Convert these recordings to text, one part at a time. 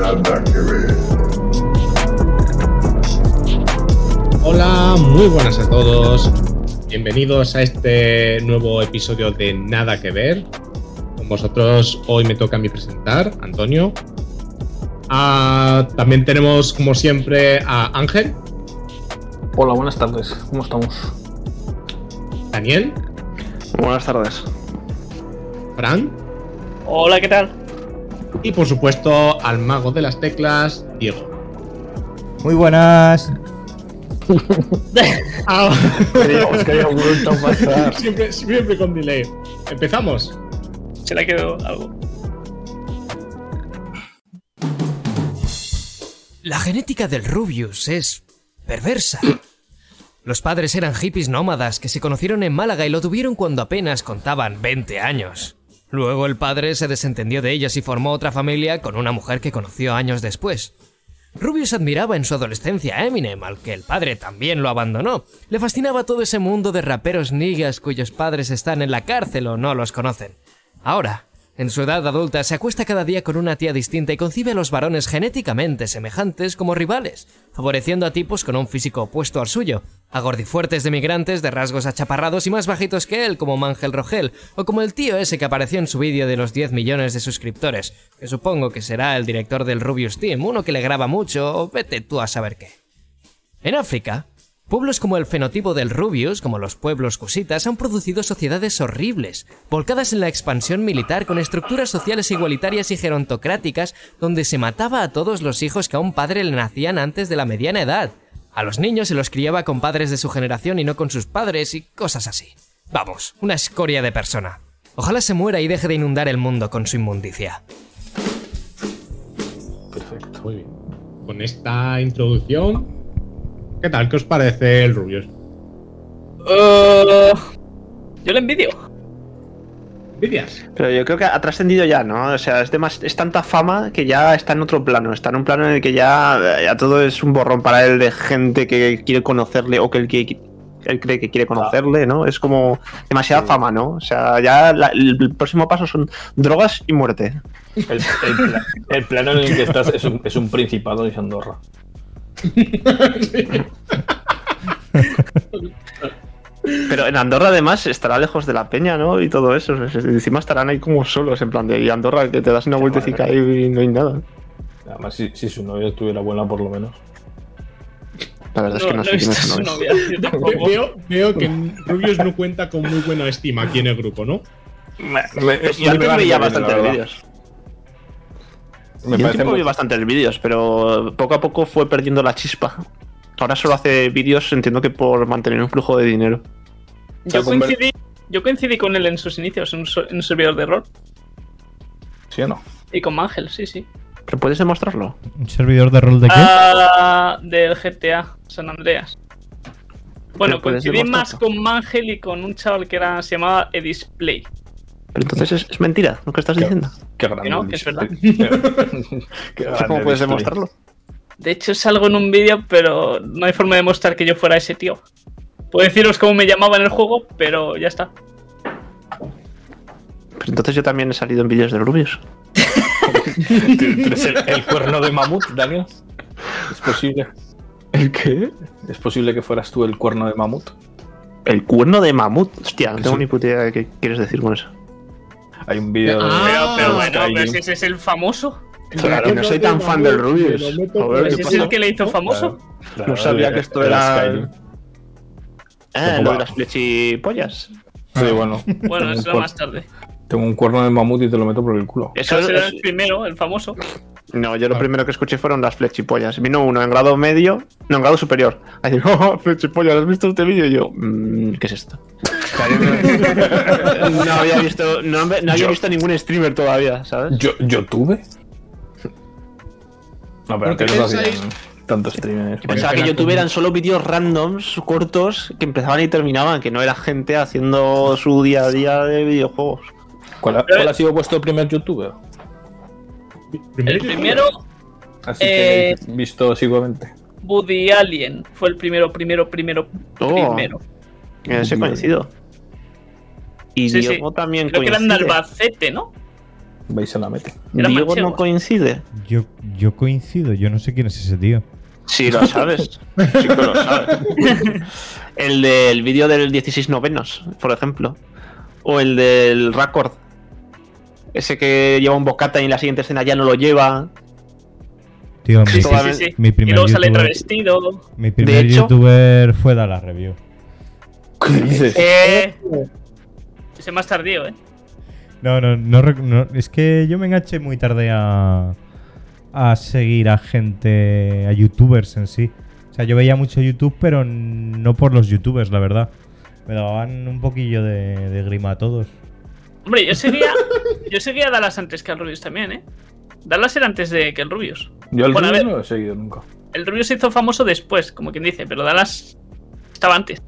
Nada que ver. Hola, muy buenas a todos. Bienvenidos a este nuevo episodio de Nada que ver. Con vosotros hoy me toca a mí presentar, Antonio. También tenemos, como siempre, a Ángel. Hola, buenas tardes. ¿Cómo estamos? Daniel. Buenas tardes. Fran. Hola, ¿qué tal? Y por supuesto al mago de las teclas, Diego. Muy buenas. Creíamos que había vuelto a pasar. Siempre con delay. ¿Empezamos? Se le ha quedado algo. La genética del Rubius es perversa. Los padres eran hippies nómadas que se conocieron en Málaga y lo tuvieron cuando apenas contaban 20 años. Luego el padre se desentendió de ellos y formó otra familia con una mujer que conoció años después. Rubius admiraba en su adolescencia a Eminem, al que el padre también lo abandonó. Le fascinaba todo ese mundo de raperos niggas cuyos padres están en la cárcel o no los conocen. Ahora, en su edad adulta, se acuesta cada día con una tía distinta y concibe a los varones genéticamente semejantes como rivales, favoreciendo a tipos con un físico opuesto al suyo, a gordifuertes de migrantes de rasgos achaparrados y más bajitos que él, como Mangel Rogel, o como el tío ese que apareció en su vídeo de los 10 millones de suscriptores, que supongo que será el director del Rubius Team, uno que le graba mucho, o vete tú a saber qué. En África, pueblos como el fenotipo del Rubius, como los pueblos cusitas, han producido sociedades horribles, volcadas en la expansión militar con estructuras sociales igualitarias y gerontocráticas, donde se mataba a todos los hijos que a un padre le nacían antes de la mediana edad. A los niños se los criaba con padres de su generación y no con sus padres y cosas así. Vamos, una escoria de persona. Ojalá se muera y deje de inundar el mundo con su inmundicia. Perfecto. Muy bien. Con esta introducción, ¿qué tal? ¿Qué os parece el Rubius? Yo le envidio. ¿Envidias? Pero yo creo que ha trascendido ya, ¿no? O sea, es tanta fama que ya está en otro plano. Está en un plano en el que ya todo es un borrón para él de gente que quiere conocerle o que él cree que quiere conocerle, ¿no? Es como demasiada fama, ¿no? O sea, ya el próximo paso son drogas y muerte. El plano en el que estás es un principado de Andorra. Pero en Andorra además estará lejos de la peña, ¿no? Y todo eso. Encima estarán ahí como solos, en plan de y Andorra que te das una vueltecita ahí y no hay nada. Además, si su novia estuviera buena, por lo menos. La verdad es que no sé quién es su novia. Yo tampoco. Veo que Rubius no cuenta con muy buena estima aquí en el grupo, ¿no? Yo antes veía bastantes vídeos. Me Yo parece vi bastantes vídeos, pero poco a poco fue perdiendo la chispa. Ahora solo hace vídeos, entiendo que por mantener un flujo de dinero. Yo coincidí con él en sus inicios, en un servidor de rol. ¿Sí o no? Y con Mangel, sí. ¿Pero puedes demostrarlo? ¿Un servidor de rol de qué? Del GTA San Andreas. Bueno, puedes coincidí más demostrarlo. con Mangel y con un chaval que se llamaba Edisplay. Pero entonces es mentira lo que estás diciendo. Qué grande. ¿No? Que es verdad. Qué grande ¿Cómo puedes display. demostrarlo? De hecho, salgo en un vídeo, pero no hay forma de demostrar que yo fuera ese tío. Puedo deciros cómo me llamaba en el juego, pero ya está. Pero entonces yo también he salido en vídeos de Rubius. ¿Tú eres el cuerno de mamut, Daniel? ¿Es posible? ¿El qué? ¿Es posible que fueras tú el cuerno de mamut? El cuerno de mamut. Hostia, no tengo Sí. ni puta idea de qué quieres decir con eso. Hay un vídeo de... Pero bueno, Skyrim. pero si ese es el famoso. Claro, no soy tan fan del Rubius. A ver, Pero ¿qué si es pasa? el que le hizo famoso. Claro, No sabía que esto era... Skyrim. Lo de las flechipollas. Sí, bueno. Bueno, eso era más tarde. Tengo un cuerno de mamut y te lo meto por el culo. Eso Ese era es... el primero, el famoso. No, yo lo primero que escuché fueron las flechipollas. Vino uno en grado medio, no, en grado superior. A decir, oh, flechipollas, ¿has visto este vídeo? Y yo, ¿qué es esto? No había visto, no había visto ningún streamer todavía, ¿sabes? ¿Yo tuve? No, pero ¿Por qué antes no hacían pensáis? tantos streamers. Pensaba que YouTube eran solo vídeos randoms, cortos, que empezaban y terminaban, que no era gente haciendo su día a día de videojuegos. ¿Cuál ha sido vuestro primer youtuber? El primero, Así que he visto asiduamente. Buddy Alien. Fue el primero. Ese coincido. Y Sí, Diego también Creo que eran de coincide. Albacete, ¿no? Vais a la meta. Era Diego manchego. no coincide. Yo Yo coincido, yo no sé quién es ese tío. Sí, lo sabes. Sí que lo sabes. El del vídeo del 16 novenos, por ejemplo. O el del Record. Ese que lleva un bocata y en la siguiente escena ya no lo lleva. Tío, Sí, sí, sí, sí. mi Y primer luego sale youtuber, travestido. mi primer De hecho- youtuber fue Dala Review. ¿Qué dices? Ese más tardío, ¿eh? No, es que yo me enganché muy tarde a seguir a gente, a youtubers en sí. O sea, yo veía mucho YouTube, pero no por los youtubers, la verdad. Me daban un poquillo de grima a todos. Hombre, yo seguía a Dallas antes que al Rubius también, ¿eh? Dallas era antes de que el Rubius. Yo el Bueno, a Rubius ver. no lo he seguido nunca. El Rubius se hizo famoso después, como quien dice, pero Dallas estaba antes.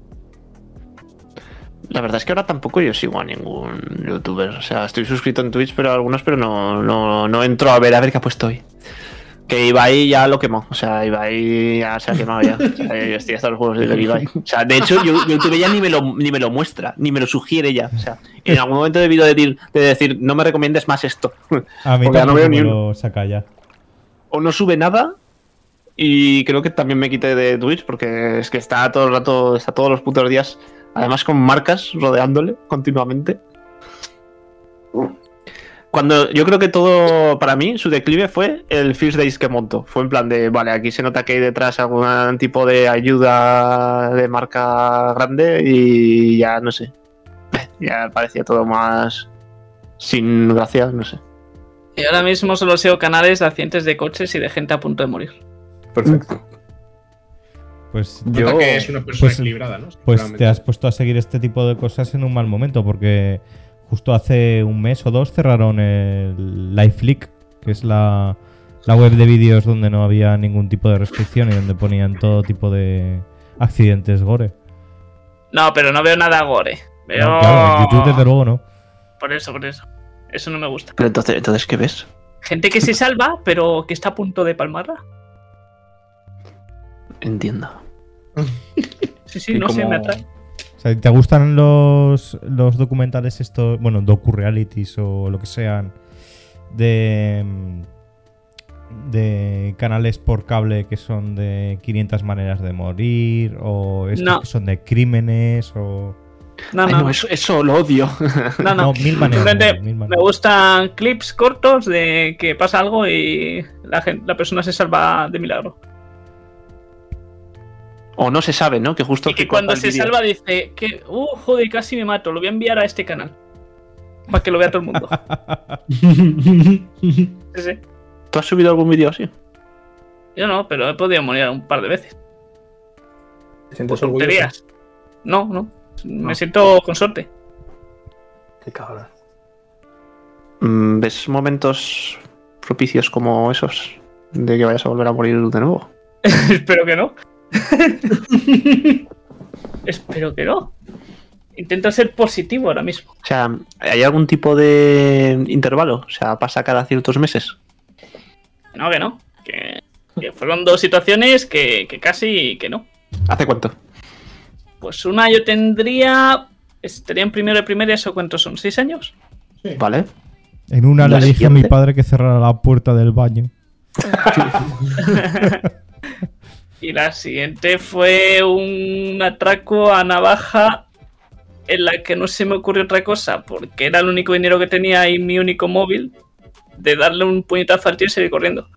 La verdad es que ahora tampoco yo sigo a ningún youtuber. O sea, estoy suscrito en Twitch, pero algunos, pero no entro a ver qué ha puesto hoy. Que Ibai ya lo quemó. O sea, Ibai ya se ha quemado ya. O sea, yo estoy hasta los juegos de Ibai. O sea, de hecho, YouTube ya ni me lo muestra, ni me lo sugiere ya. O sea, en algún momento he debido de decir, no me recomiendes más esto. A mí Porque ya no tampoco veo me ni lo saca ya. O no sube nada. Y creo que también me quité de Twitch porque es que está todo el rato, está todos los putos días, además con marcas rodeándole continuamente. Cuando yo creo que todo, para mí, su declive fue el First Days que montó. Fue en plan de, vale, aquí se nota que hay detrás algún tipo de ayuda de marca grande y ya no sé. Ya parecía todo más sin gracia, no sé. Y ahora mismo solo sigo canales de accidentes de coches y de gente a punto de morir. Perfecto. Pues, Nota Yo- que es una persona pues- equilibrada, ¿no? pues Seguramente. te has puesto a seguir este tipo de cosas en un mal momento, porque justo hace un mes o dos cerraron el LiveLeak, que es la web de vídeos donde no había ningún tipo de restricción y donde ponían todo tipo de accidentes gore. No, pero no veo nada gore. Veo... No, claro, en YouTube desde luego no. Por eso. Eso no me gusta. Pero entonces ¿qué ves? Gente que se salva, pero que está a punto de palmarla. Entiendo. Sí, Y no sé, como- me atrae. O sea, ¿te gustan los documentales estos, bueno, docu-realities o lo que sean, de canales por cable que son de 500 maneras de morir, o estos No. que son de crímenes, o... No, Ay, no. no, eso lo odio. No. No, mil maneras de Simplemente morir, mil me maneras. gustan clips cortos de que pasa algo y la persona se salva de milagro. O no se sabe, ¿no? Que justo Y que corta cuando el se vídeo. salva dice que, joder, casi me mato, lo voy a enviar a este canal. Para que lo vea todo el mundo. Sí, sí. ¿Tú has subido algún vídeo así? Yo no, pero he podido morir un par de veces. ¿Te sientes Por orgulloso? tonterías. No. Me siento con suerte. Qué cabrón. ¿Ves momentos propicios como esos? De que vayas a volver a morir de nuevo. Espero que no. Espero que no. Intento ser positivo ahora mismo. O sea, ¿hay algún tipo de intervalo? O sea, ¿pasa cada ciertos meses? Que no. Que fueron dos situaciones que casi que no. ¿Hace cuánto? Pues una yo tendría. Estaría en primero de primaria, ¿eso cuántos son? ¿6 años? ¿Vale? En una ¿La le dije a mi siguiente? padre que cerrara la puerta del baño. Y la siguiente fue un atraco a navaja en la que no se me ocurrió otra cosa, porque era el único dinero que tenía y mi único móvil, de darle un puñetazo al tío y seguir corriendo.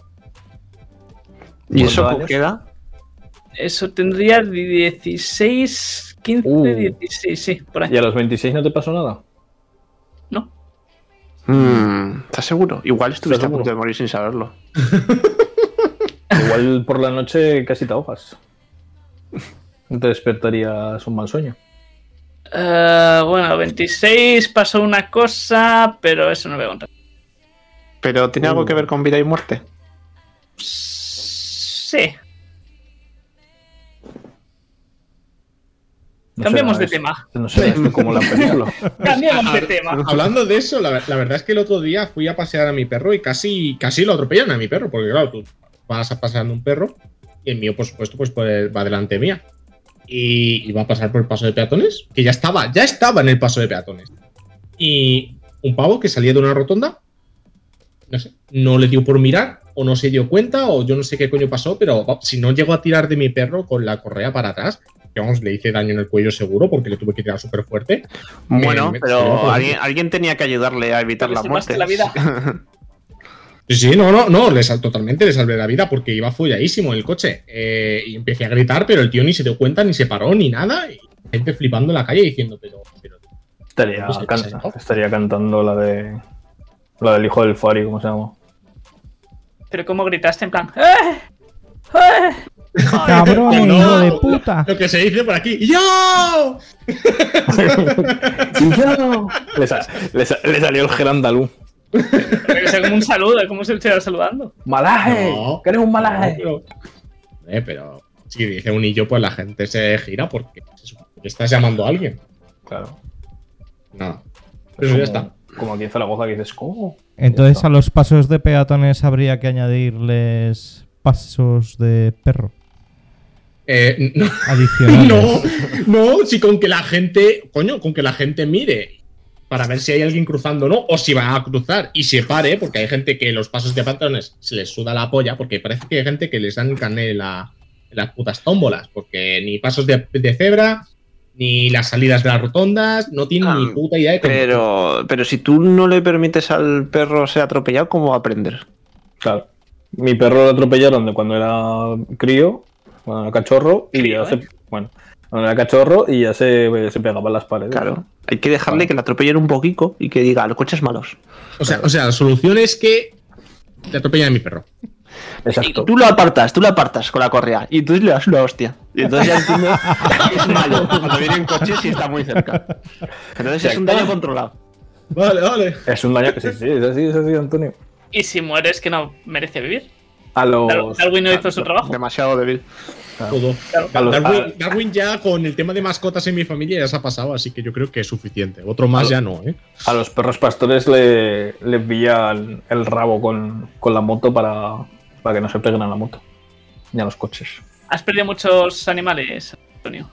¿Y eso ¿Cuántos con años? qué edad? Eso tendría 16, 15, 16, sí, por ahí. ¿Y a los 26 no te pasó nada? ¿No? ¿Estás seguro? Igual estuviste a seguro? punto de morir sin saberlo. Igual por la noche casi te ahogas. No te despertarías un mal sueño. Bueno, 26 pasó una cosa, pero eso no lo voy a contar. ¿Pero tiene algo que ver con vida y muerte? Sí. No Cambiemos será de esto- tema. No será esto como la película. Cambiemos de tema. Hablando de eso, la verdad es que el otro día fui a pasear a mi perro y casi lo atropellan a mi perro, porque claro, tú vas a paseando un perro y el mío, por supuesto, pues va delante mía. Y va a pasar por el paso de peatones, que ya estaba en el paso de peatones. Y un pavo que salía de una rotonda no sé, no le dio por mirar, o no se dio cuenta, o yo no sé qué coño pasó, pero si no llegó a tirar de mi perro con la correa para atrás, que vamos, le hice daño en el cuello seguro porque le tuve que tirar súper fuerte. Bueno, me pero alguien tenía que ayudarle a evitar la muerte. La vida. Sí, no, totalmente le salvé la vida porque iba folladísimo en el coche. Y empecé a gritar, pero el tío ni se dio cuenta, ni se paró, ni nada. Y gente flipando en la calle diciendo, pero estaría cantando la del hijo del Fari, ¿cómo se llama? Pero ¿cómo gritaste en plan? ¡Cabrón, hijo de puta! Lo que se dice por aquí, ¡yo! Le salió el gel andaluz. Es como un saludo, ¿cómo se estuviera saludando? ¡Malaje! No, ¿Que eres un malaje? Pero si dice un hillo, pues la gente se gira porque estás llamando a alguien. Claro. Nada. Pero ya está. Como aquí en Zaragoza que dices, ¿cómo? Entonces a los pasos de peatones habría que añadirles pasos de perro. No. Adicionales. No, si con que la gente, con que la gente mire para ver si hay alguien cruzando o no, o si va a cruzar y se pare, porque hay gente que los pasos de peatones se les suda la polla, porque parece que hay gente que les dan carné en las putas tómbolas, porque ni pasos de cebra, ni las salidas de las rotondas, no tienen ni puta idea de cómo. Pero si tú no le permites al perro ser atropellado, ¿cómo va a aprender? Claro. Mi perro lo atropellaron cuando era crío, cuando era cachorro, y ya cuando era cachorro y ya se pegaba en las paredes. Claro. Hay que dejarle que le atropellen un poquito y que diga, los coches malos. O sea, la solución es que te atropellan a mi perro. Exacto. Y tú lo apartas con la correa y tú le das una hostia. Y entonces ya entiendo que es malo cuando viene en coche si está muy cerca. Entonces es un daño controlado. Vale. Es un daño que sí, es así, Antonio. ¿Y si mueres que no merece vivir? A los... Darwin no hizo su trabajo. Demasiado débil. Todo. Claro. Darwin ya con el tema de mascotas en mi familia ya se ha pasado, así que yo creo que es suficiente. Otro más ya no, ¿eh? A los perros pastores les pillan el rabo con la moto para que no se peguen a la moto ni a los coches. ¿Has perdido muchos animales, Antonio?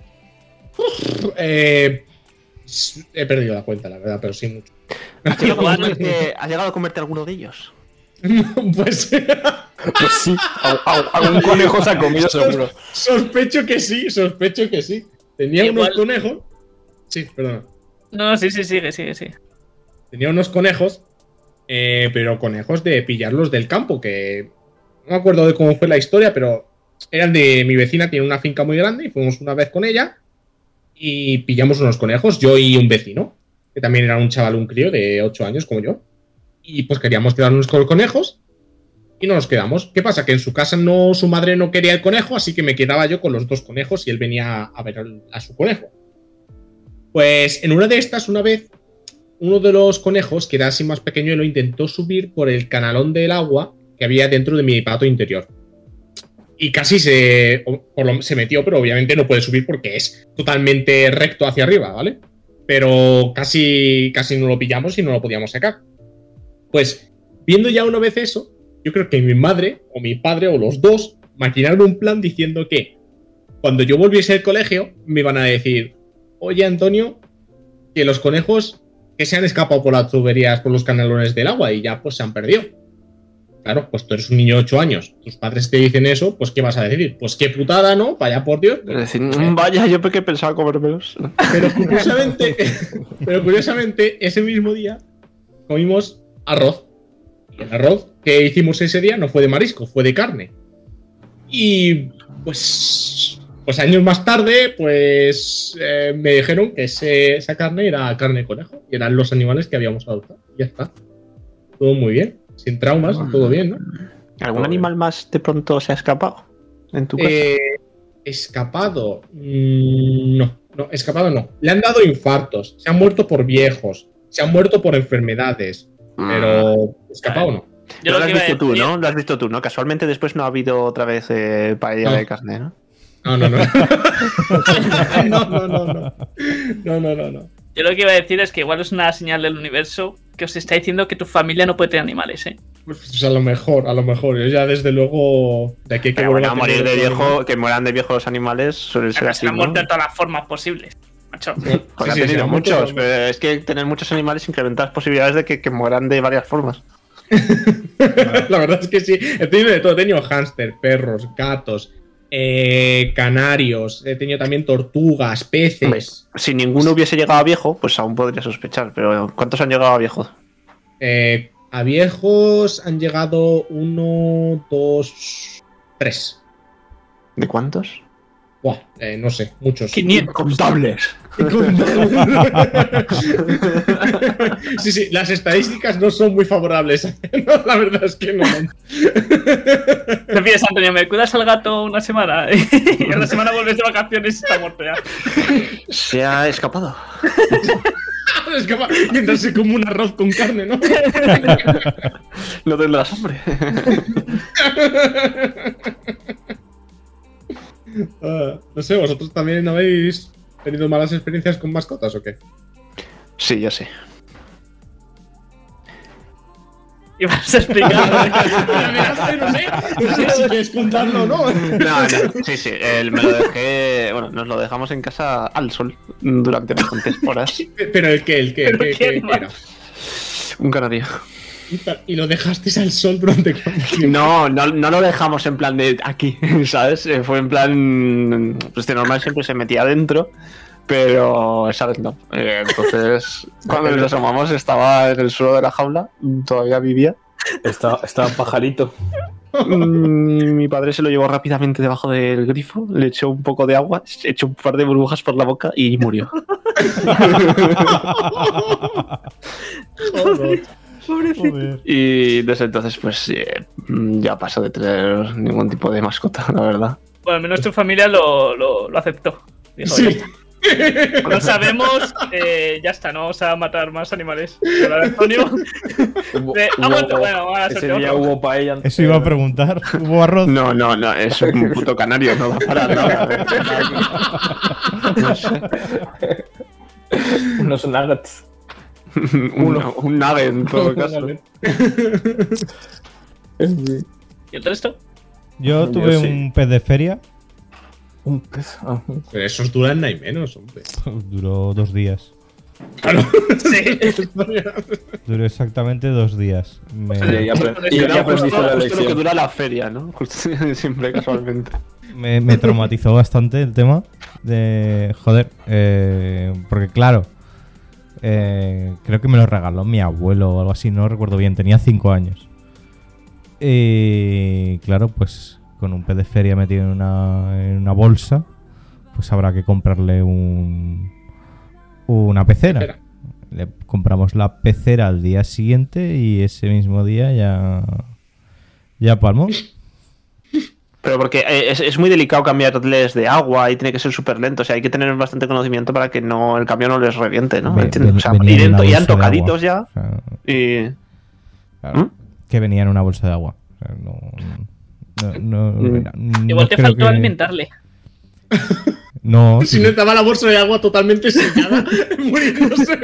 He perdido la cuenta, la verdad, pero sí mucho. ¿Has llegado a comerte alguno de ellos? Pues sí, algún conejo se ha comido seguro. Sospecho que sí. Tenía unos conejos. Sí, perdona. No, sí, sigue. Tenía unos conejos, pero conejos de pillarlos del campo, que no me acuerdo de cómo fue la historia, pero eran de mi vecina, tiene una finca muy grande y fuimos una vez con ella y pillamos unos conejos, yo y un vecino, que también era un chaval, un crío de 8 años como yo. Y pues queríamos quedarnos con los conejos y no nos quedamos. ¿Qué pasa? Que en su casa su madre no quería el conejo, así que me quedaba yo con los 2 conejos y él venía a ver a su conejo. Pues en una de estas, una vez, uno de los conejos, que era así más pequeño, lo intentó subir por el canalón del agua que había dentro de mi patio interior. Y casi se metió, pero obviamente no puede subir porque es totalmente recto hacia arriba, ¿vale? Pero casi no lo pillamos y no lo podíamos sacar. Pues, viendo ya una vez eso, yo creo que mi madre o mi padre o los dos maquinaron un plan diciendo que cuando yo volviese al colegio me iban a decir: oye, Antonio, que los conejos que se han escapado por las tuberías, por los canalones del agua y ya pues se han perdido. Claro, pues tú eres un niño de 8 años, tus padres te dicen eso, pues ¿qué vas a decir? Pues qué putada, ¿no? Vaya por Dios. Es decir, vaya, yo porque pensaba comérmelos. Pero curiosamente, ese mismo día comimos arroz. Y el arroz que hicimos ese día no fue de marisco, fue de carne. Y pues años más tarde, pues me dijeron que esa carne era carne de conejo. Y eran los animales que habíamos adoptado. Y ya está. Todo muy bien. Sin traumas, todo bien, ¿no? ¿Algún animal más de pronto se ha escapado en tu casa? Escapado. No, escapado no. Le han dado infartos. Se han muerto por viejos. Se han muerto por enfermedades. Pero escapado no. Lo has visto tú, ¿no? Lo has visto tú, ¿no? Casualmente después no ha habido otra vez paella de carne, ¿no? No. No. Yo lo que iba a decir es que igual es una señal del universo que os está diciendo que tu familia no puede tener animales, ¿eh? Pues a lo mejor. Yo ya desde luego de aquí que bueno, morir de viejo, que mueran de viejo los animales suele ser así, se han muerto ¿no? de todas las formas posibles, macho. Han tenido muchos, pero es que tener muchos animales incrementa las posibilidades de que mueran de varias formas. La verdad es que sí. He tenido de todo. He tenido hámster, perros, gatos, canarios. He tenido también tortugas, peces. Hombre, si ninguno hubiese llegado a viejo, pues aún podría sospechar. Pero ¿cuántos han llegado a viejo? A viejos han llegado 1, 2, 3. ¿De cuántos? Buah, no sé, muchos. 500. Contables. Sí, las estadísticas no son muy favorables. No, la verdad es que no. Te pides, Antonio, ¿me cuidas al gato una semana? Y en la semana vuelves de vacaciones y está muerto ya. Se ha escapado. Es capaz mientras se come un arroz con carne, ¿no? No tendrás hambre. No sé, ¿vosotros también habéis tenido malas experiencias con mascotas o qué? Sí, ya sé. Y vas a explicar. No sé si quieres contarlo o no. No, sí, me lo dejé. Bueno, nos lo dejamos en casa al sol durante bastantes horas. Pero el qué ¿Qué era. Un canario. Y lo dejaste al sol durante cuánto tiempo. No lo dejamos en plan de aquí, ¿sabes? Fue en plan. Pues de normal siempre se metía adentro, pero esa vez no. Entonces, cuando nos asomamos, estaba en el suelo de la jaula, todavía vivía. Estaba pajarito. Mi padre se lo llevó rápidamente debajo del grifo, le echó un poco de agua, echó un par de burbujas por la boca y murió. Joder. Y desde entonces, pues ya pasó de tener ningún tipo de mascota, la verdad. Bueno, al menos tu familia lo aceptó. Dijo, Sí. ya está. Lo sabemos, ya está, no vamos a matar más animales. Pero Antonio, ha muerto. Bueno, vamos a ese hacerte día otro. hubo paella. Eso iba a preguntar. ¿Hubo arroz? No, es un puto canario, no da para nada. No sé. Unos nuggets. Un nugget en todo caso. ¿Y el resto? Yo tuve Yo sí. un pez de feria. Un pez. Pero esos duran nada y menos, hombre. Duró 2 días. Claro. Sí. Duró exactamente 2 días. Y Era aprendiste justo la lo que lección. dura la feria, ¿no? Justo, siempre casualmente. Me traumatizó bastante el tema de... Joder, porque claro, creo que me lo regaló mi abuelo o algo así, no recuerdo bien, tenía 5 años. Y claro, pues con un pez de feria metido en una bolsa, pues habrá que comprarle una pecera. Le compramos la pecera al día siguiente y ese mismo día ya palmó. Pero porque es muy delicado cambiarles de agua y tiene que ser súper lento. O sea, hay que tener bastante conocimiento para que el cambio no les reviente, ¿no? ¿Entiendes? O sea, Venía en una iban bolsa de tocaditos agua. ya. O sea, Y. claro, que venía en una bolsa de agua. O sea, Igual te creo faltó que- alimentarle. No, Si no estaba la bolsa de agua totalmente sellada, muriéndose.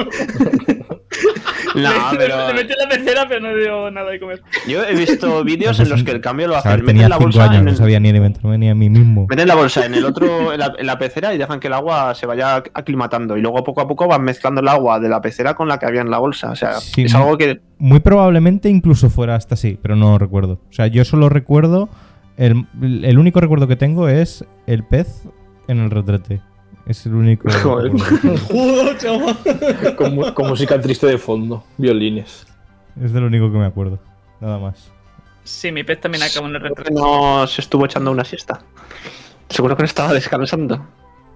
No, pero. Le metió en la pecera, pero no dio nada de comer. Yo he visto vídeos en los que el cambio lo o sea, hacen. tenía Meten la 5 bolsa años, en no el- sabía ni alimentarme ni a mí mismo. Meten la bolsa en la pecera y dejan que el agua se vaya aclimatando. Y luego poco a poco van mezclando el agua de la pecera con la que había en la bolsa. O sea, Sí, es algo que. Muy probablemente incluso fuera hasta así, pero no recuerdo. O sea, yo solo recuerdo... El único recuerdo que tengo es el pez en el retrete. Es el único... Joder. recuerdo. Joder, chaval. Con música triste de fondo. Violines. Es de lo único que me acuerdo. Nada más. Sí, mi pez también acabó en el retrato. No se estuvo echando una siesta. Seguro que no estaba descansando.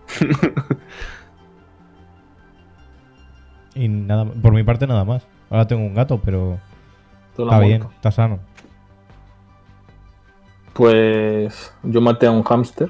Y nada, por mi parte nada más. Ahora tengo un gato, pero Todo está la bien, muerto. está sano. Pues yo maté a un hámster.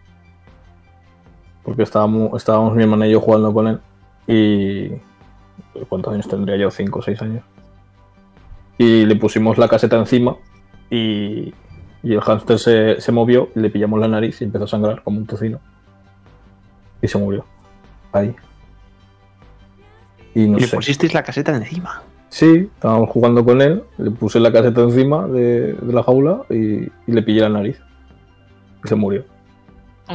Porque estábamos mi hermana y yo jugando con él. Y. ¿Cuántos años tendría yo? 5 o 6 años. Y le pusimos la caseta encima. Y el hámster se movió. Y le pillamos la nariz y empezó a sangrar como un tocino. Y se murió. Ahí. Y no Y le sé. pusisteis la caseta encima. Sí, estábamos jugando con él, le puse la caseta encima de la jaula y le pillé la nariz. Y se murió. Ah.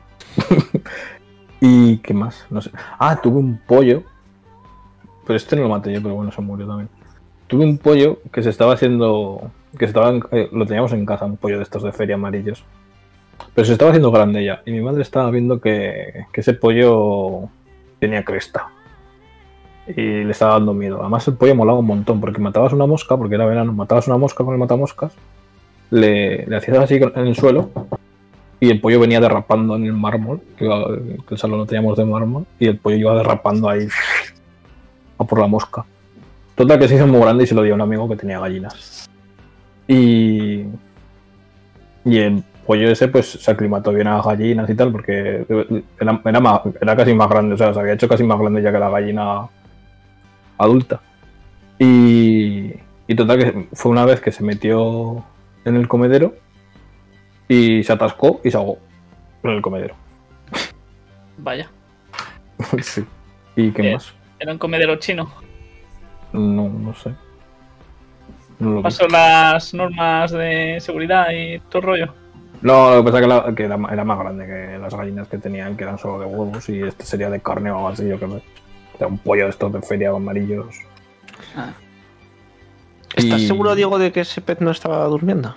¿Y qué más? No sé. Ah, tuve un pollo. Pero este no lo maté yo, pero bueno, se murió también. tuve un pollo que se estaba haciendo, lo teníamos en casa, un pollo de estos de feria amarillos, pero se estaba haciendo grande ya, y mi madre estaba viendo que ese pollo tenía cresta y le estaba dando miedo. Además el pollo molaba un montón porque matabas una mosca, porque era verano, matabas una mosca con el matamoscas, le hacías así en el suelo y el pollo venía derrapando en el mármol, que el salón lo teníamos de mármol, y el pollo iba derrapando ahí a por la mosca. Total que se hizo muy grande y se lo dio a un amigo que tenía gallinas. Y el pollo ese pues se aclimató bien a las gallinas y tal, porque era casi más grande, o sea, se había hecho casi más grande ya que la gallina adulta. Y total que fue una vez que se metió en el comedero y se atascó y se ahogó en el comedero. Vaya. Sí. ¿Y qué más? Era un comedero chino. No sé. No lo vi. Pasó las normas de seguridad y todo el rollo. No, lo que pasa es que era más grande que las gallinas que tenían, que eran solo de huevos, y este sería de carne o algo así, yo creo. Era un pollo de estos de feria amarillos. Ah. ¿Estás seguro, Diego, de que ese pez no estaba durmiendo?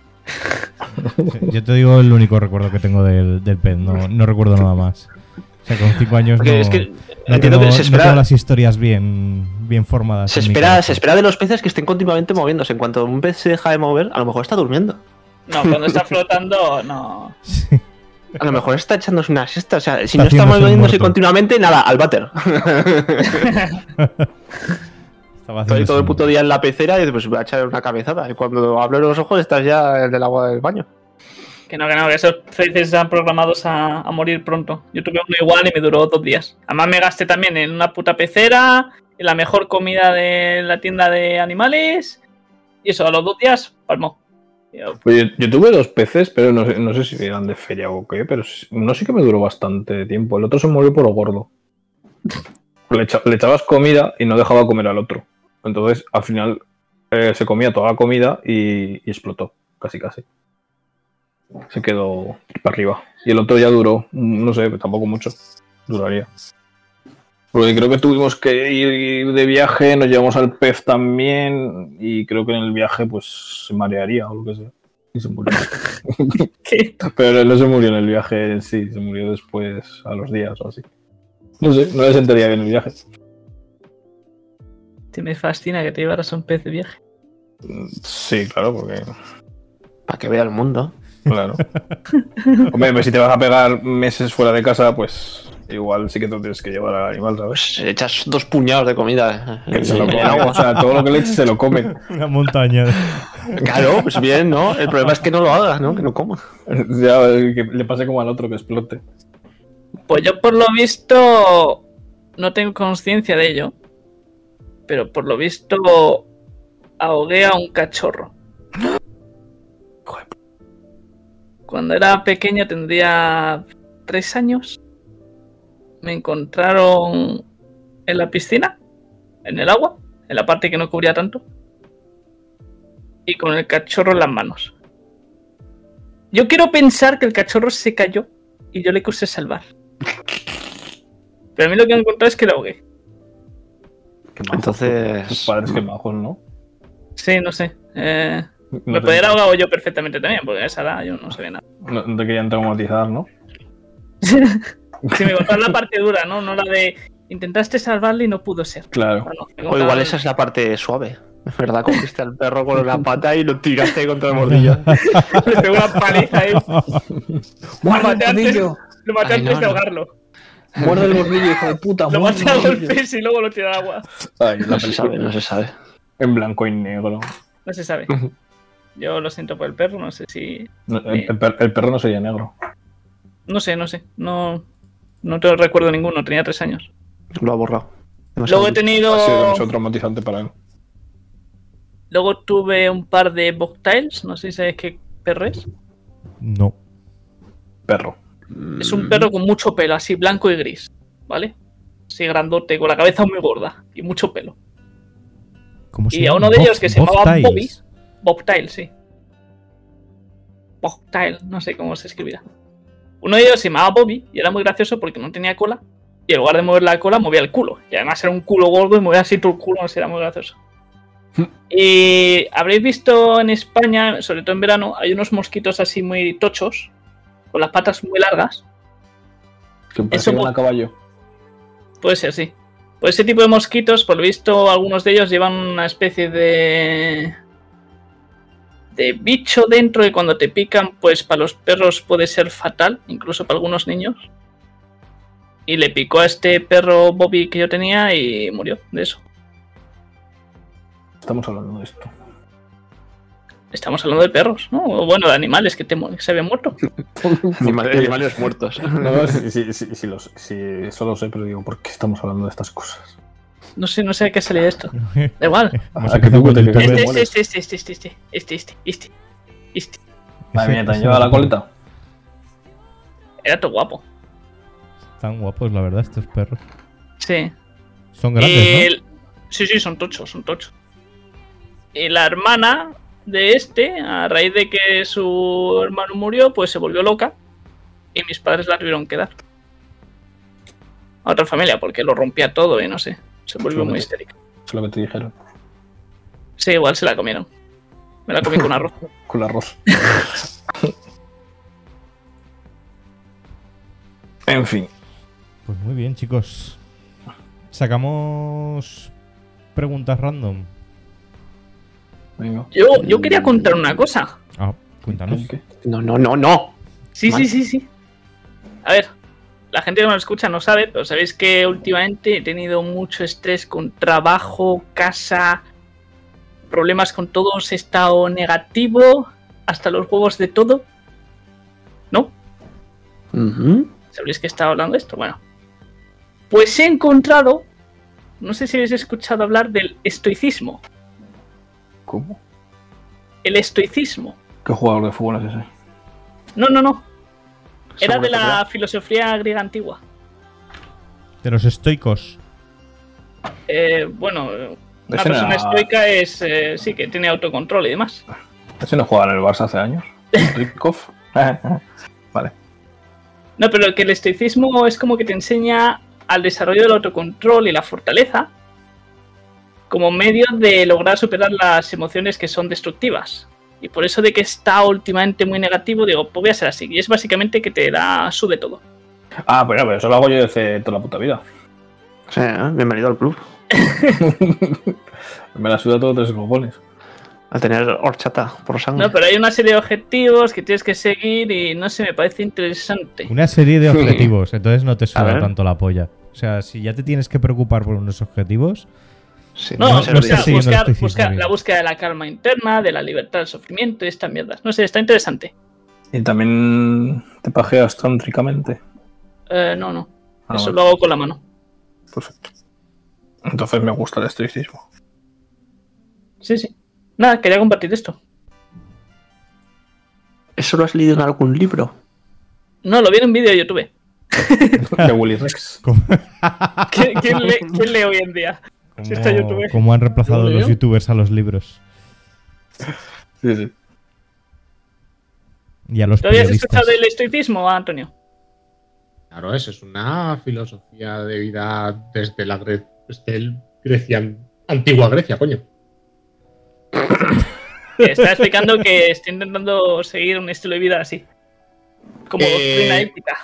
Yo te digo el único recuerdo que tengo del pez, no recuerdo nada más. O sea, con 5 años Porque no, es que no entiendo tengo, que se espera- no tengo las historias bien formadas. Se en mi espera cabeza. de los peces que estén continuamente moviéndose. En cuanto un pez se deja de mover, a lo mejor está durmiendo. No, cuando está flotando, no. Sí. A lo mejor está echándose una siesta. O sea, si Está no está haciéndose el moviéndose muerto. continuamente, nada, al váter. Estaba Estoy haciendo todo el eso. puto día en la pecera y pues voy a echar una cabezada. Y cuando abro los ojos, estás ya en el agua del baño. Que esos peces están programados a morir pronto. Yo tuve uno igual y me duró 2 días. Además me gasté también en una puta pecera, en la mejor comida de la tienda de animales. Y eso, a los 2 días, palmó. Pues yo tuve 2 peces, pero no sé si eran de feria o qué, pero uno sí que me duró bastante tiempo. El otro se murió por lo gordo. Le echabas comida y no dejaba comer al otro. Entonces, al final, se comía toda la comida y explotó, casi. Se quedó para arriba. Y el otro ya duró, no sé, tampoco mucho. Duraría. Porque creo que tuvimos que ir de viaje, nos llevamos al pez también, y creo que en el viaje pues se marearía o lo que sea. Y se murió. ¿Qué? Pero él no se murió en el viaje en sí, se murió después, a los días o así. No sé, no le sentaría bien el viaje. Te me fascina que te llevaras a un pez de viaje. Sí, claro, porque... Para que vea el mundo. Claro. Hombre, pues si te vas a pegar meses fuera de casa, pues igual sí que te tienes que llevar al animal, ¿sabes? Pues echas 2 puñados de comida. Que se lo en el comen. agua. O sea, todo lo que le eches se lo comen. Una montaña. Claro, pues bien, ¿no? El problema es que no lo hagas, ¿no? Que no coma. Ya, que le pase como al otro, que explote. Pues yo por lo visto no tengo conciencia de ello. Pero por lo visto ahogué a un cachorro. Cuando era pequeño, tendría 3 años. Me encontraron en la piscina, en el agua, en la parte que no cubría tanto. Y con el cachorro en las manos. Yo quiero pensar que el cachorro se cayó y yo le quise salvar. Pero a mí lo que me encontré es que lo ahogué. Qué majos, Entonces- tus padres, qué majos, ¿no? Sí, no sé. No Me podría haber ahogado yo perfectamente también, porque a esa edad yo no sabía nada. no te querían traumatizar, ¿no? Si me contaron la parte dura, ¿no? No la de intentaste salvarle y no pudo ser. Claro. Bueno, me O contaron- igual esa es la parte suave. ¿Verdad? Cogiste al perro con una pata y lo tiraste ahí contra el bordillo. Le pegó una paliza ahí. Lo maté antes, lo maté Ay, antes no, de no. ahogarlo. Muerde el bordillo, hijo de puta. Lo muerde maté a el bordillo. golpes y luego lo tiré al agua. Ay, la No se sabe, película no se sabe. en blanco y negro. No se sabe. Yo lo siento por el perro, no sé si... No, el perro no sería negro. No sé. No te recuerdo ninguno, tenía 3 años. Lo ha borrado. Luego he Ha sido tenido... demasiado traumatizante para él. Luego tuve un par de bobtails, no sé si sabes qué perro es. No. Perro. Es un perro con mucho pelo, así blanco y gris, ¿vale? Así grandote, con la cabeza muy gorda y mucho pelo. ¿Cómo se Y a llama? uno de ellos que se llamaba Bobtails. Bobby. Bobtail, sí. Bobtail, no sé cómo se escribirá. Uno de ellos se llamaba Bobby y era muy gracioso porque no tenía cola. Y en lugar de mover la cola, movía el culo. Y además era un culo gordo y movía así todo el culo, no sé, era muy gracioso. Y habréis visto en España, sobre todo en verano, hay unos mosquitos así muy tochos, con las patas muy largas. Que persiguen a caballo. Puede ser, sí. Pues ese tipo de mosquitos, por lo visto, algunos de ellos llevan una especie de bicho dentro, y cuando te pican, pues para los perros puede ser fatal, incluso para algunos niños. Y le picó a este perro Bobby que yo tenía y murió de eso. Estamos hablando de esto. Estamos hablando de perros, ¿no? O bueno, de animales que se habían muerto. Animales muertos. No, sí, eso lo sé, pero digo, ¿por qué estamos hablando de estas cosas? No sé a qué salía esto. Da igual. Hemos ¿A qué empezado tú con te YouTube. crees? Este. Madre mía, ¿te han llevado la coleta? Era todo guapo. Están guapos, la verdad, estos perros. Sí. Son grandes, ¿no? Sí, son tochos. Y la hermana de este, a raíz de que su hermano murió, pues se volvió loca. Y mis padres la tuvieron que dar a otra familia, porque lo rompía todo y no sé. Se volvió muy histérica. Eso es lo que te dijeron. Sí, igual se la comieron. Me la comí con arroz. Con arroz. En fin. Pues muy bien, chicos. Sacamos preguntas random. Venga. Yo quería contar una cosa. Ah, cuéntanos. ¿Qué? No. Sí. A ver, la gente que me lo escucha no sabe, pero sabéis que últimamente he tenido mucho estrés con trabajo, casa, problemas con todos, he estado negativo, hasta los huevos de todo. ¿No? ¿Sabéis que estaba hablando de esto? Bueno. Pues he encontrado, no sé si habéis escuchado hablar del estoicismo. ¿Cómo? El estoicismo. ¿Qué jugador de fútbol es ese? No. Era de la filosofía griega antigua. De los estoicos. Bueno, una Ese persona era- estoica es, sí, que tiene autocontrol y demás. ¿Ese no juega en el Barça hace años? Rikov. Vale. No, pero que el estoicismo es como que te enseña al desarrollo del autocontrol y la fortaleza como medio de lograr superar las emociones que son destructivas. Y por eso de que está últimamente muy negativo, digo, pues voy a ser así. Y es básicamente que te la sube todo. Ah, pero eso lo hago yo desde toda la puta vida. Sí, bienvenido al club. Me la suda todos los cojones. A tener horchata por sangre. No, pero hay una serie de objetivos que tienes que seguir y no sé, me parece interesante. Una serie de objetivos, entonces no te A suda ver. tanto la polla. O sea, si ya te tienes que preocupar por unos objetivos, Sí, No, No buscar, estás siguiendo el estoicismo buscar bien. la búsqueda de la calma interna, de la libertad del sufrimiento y estas mierdas. No sé, está interesante. Y también te pajeas tántricamente. No. Ah, Eso vale. lo hago con la mano. Perfecto. Entonces me gusta el estoicismo. Sí. Nada, quería compartir esto. ¿Eso lo has leído en algún libro? No, lo vi en un vídeo de YouTube. De Willy Rex. ¿Quién lee hoy en día? Si está YouTube. ¿Cómo han reemplazado ¿Lo los leo? youtubers a los libros? Sí. Y a los ¿Todavía has periodistas. escuchado del estoicismo, Antonio? Claro, eso es una filosofía de vida desde la Grecia, antigua Grecia, coño. Que está explicando que está intentando seguir un estilo de vida así. Como doctrina ética.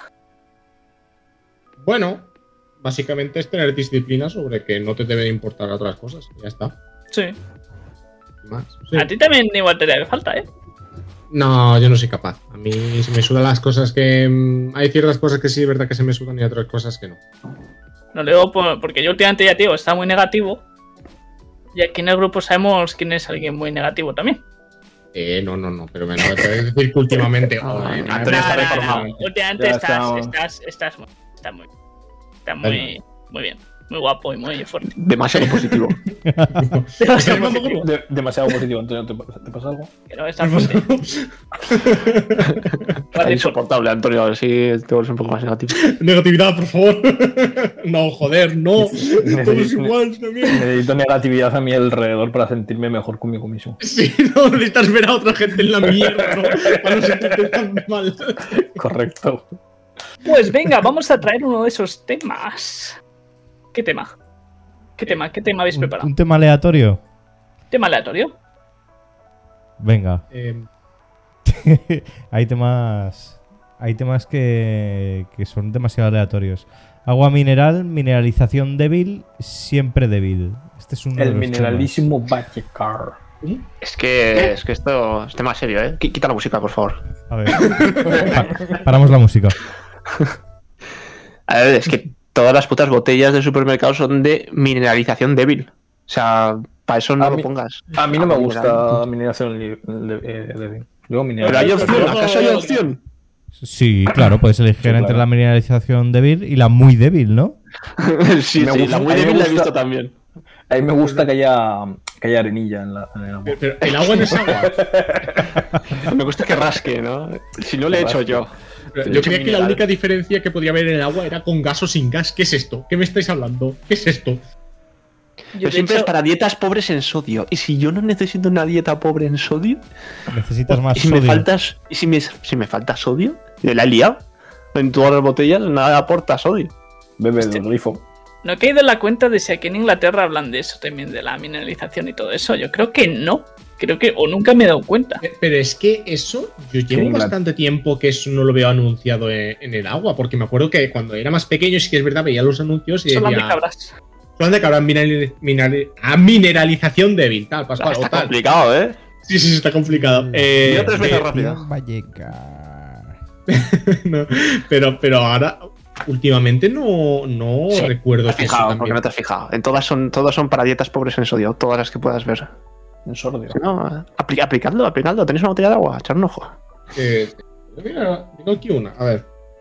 Bueno, básicamente es tener disciplina sobre que no te deben importar otras cosas. Ya está. Sí. Más. Sí. A ti también igual te haría falta, ¿eh? No, yo no soy capaz. A mí se me sudan las cosas que... hay ciertas cosas que sí es verdad que se me sudan y otras cosas que no. No le digo porque yo últimamente ya, tío, está muy negativo. Y aquí en el grupo sabemos quién es alguien muy negativo también. No, pero me no te voy a decir que últimamente... joder, Antonio está reformado. Últimamente Ya estás muy bien. Muy guapo y muy fuerte. Demasiado positivo. Demasiado positivo. Demasiado positivo, Antonio. ¿Te pasa algo? Que no estás fuerte. Vale, Insoportable, Antonio. A ver si te vuelves un poco más negativo. Negatividad, por favor. No, joder, no. Todos igual también. Necesito negatividad a mi alrededor para sentirme mejor conmigo mismo. Sí, no, necesitas ver a otra gente en la mierda, ¿no? Para no sentirte tan mal. Correcto. Pues venga, vamos a traer uno de esos temas. ¿Qué tema? ¿Qué tema habéis preparado? Un tema aleatorio. Tema aleatorio. Venga. Hay temas que son demasiado aleatorios. Agua mineral, mineralización débil, siempre débil. Este es uno de El los mineralísimo Vallecar. Es que esto es tema serio, ¿eh? Quita la música, por favor. temas. A ver. Paramos la música. A ver, es que todas las putas botellas del supermercado son de mineralización débil. O sea, para eso no A lo mí- pongas. A mí no me Agua gusta mineración débil. Digo Pero hay mineralización. opción, ¿acaso hay opción? Sí, claro, puedes elegir entre claro. la mineralización débil y la muy débil, ¿no? Sí, Me sí, gusta- la muy a mí me débil la he gusta- visto también. A mí me gusta que haya arenilla en el agua. Pero el agua no es agua. Me gusta que rasque, ¿no? Si no le he hecho yo. Yo creía que la única diferencia que podía haber en el agua era con gas o sin gas. ¿Qué es esto? ¿Qué me estáis hablando? ¿Qué es esto? Pero de siempre hecho, es para dietas pobres en sodio. Y si yo no necesito una dieta pobre en sodio, Necesitas más y si me sodio. faltas, y si me falta sodio, y la he liado. En todas las botellas nada aporta sodio. Bebe del grifo. no he caído en la cuenta de si aquí en Inglaterra hablan de eso también, de la mineralización y todo eso. Yo creo que no. Creo que, o nunca me he dado cuenta. Pero es que eso, yo llevo Inglaterra. bastante tiempo que eso no lo veo anunciado en el agua, porque me acuerdo que cuando era más pequeño, sí que es verdad, veía los anuncios y Son las de decía... cabras. Son de cabras, mineralización débil, tal, Pascual, Está o tal. complicado, ¿eh? Sí, está complicado. Mira 3 veces rápido. Vallecar. no, pero ahora, últimamente no Sí, recuerdo ¿Te has que eso fijado? también. Porque no te has fijado. En todas son para dietas pobres en sodio, todas las que puedas ver. En sordio. No, aplicadlo. Tenéis una botella de agua, echar un ojo. Mira, tengo aquí una, a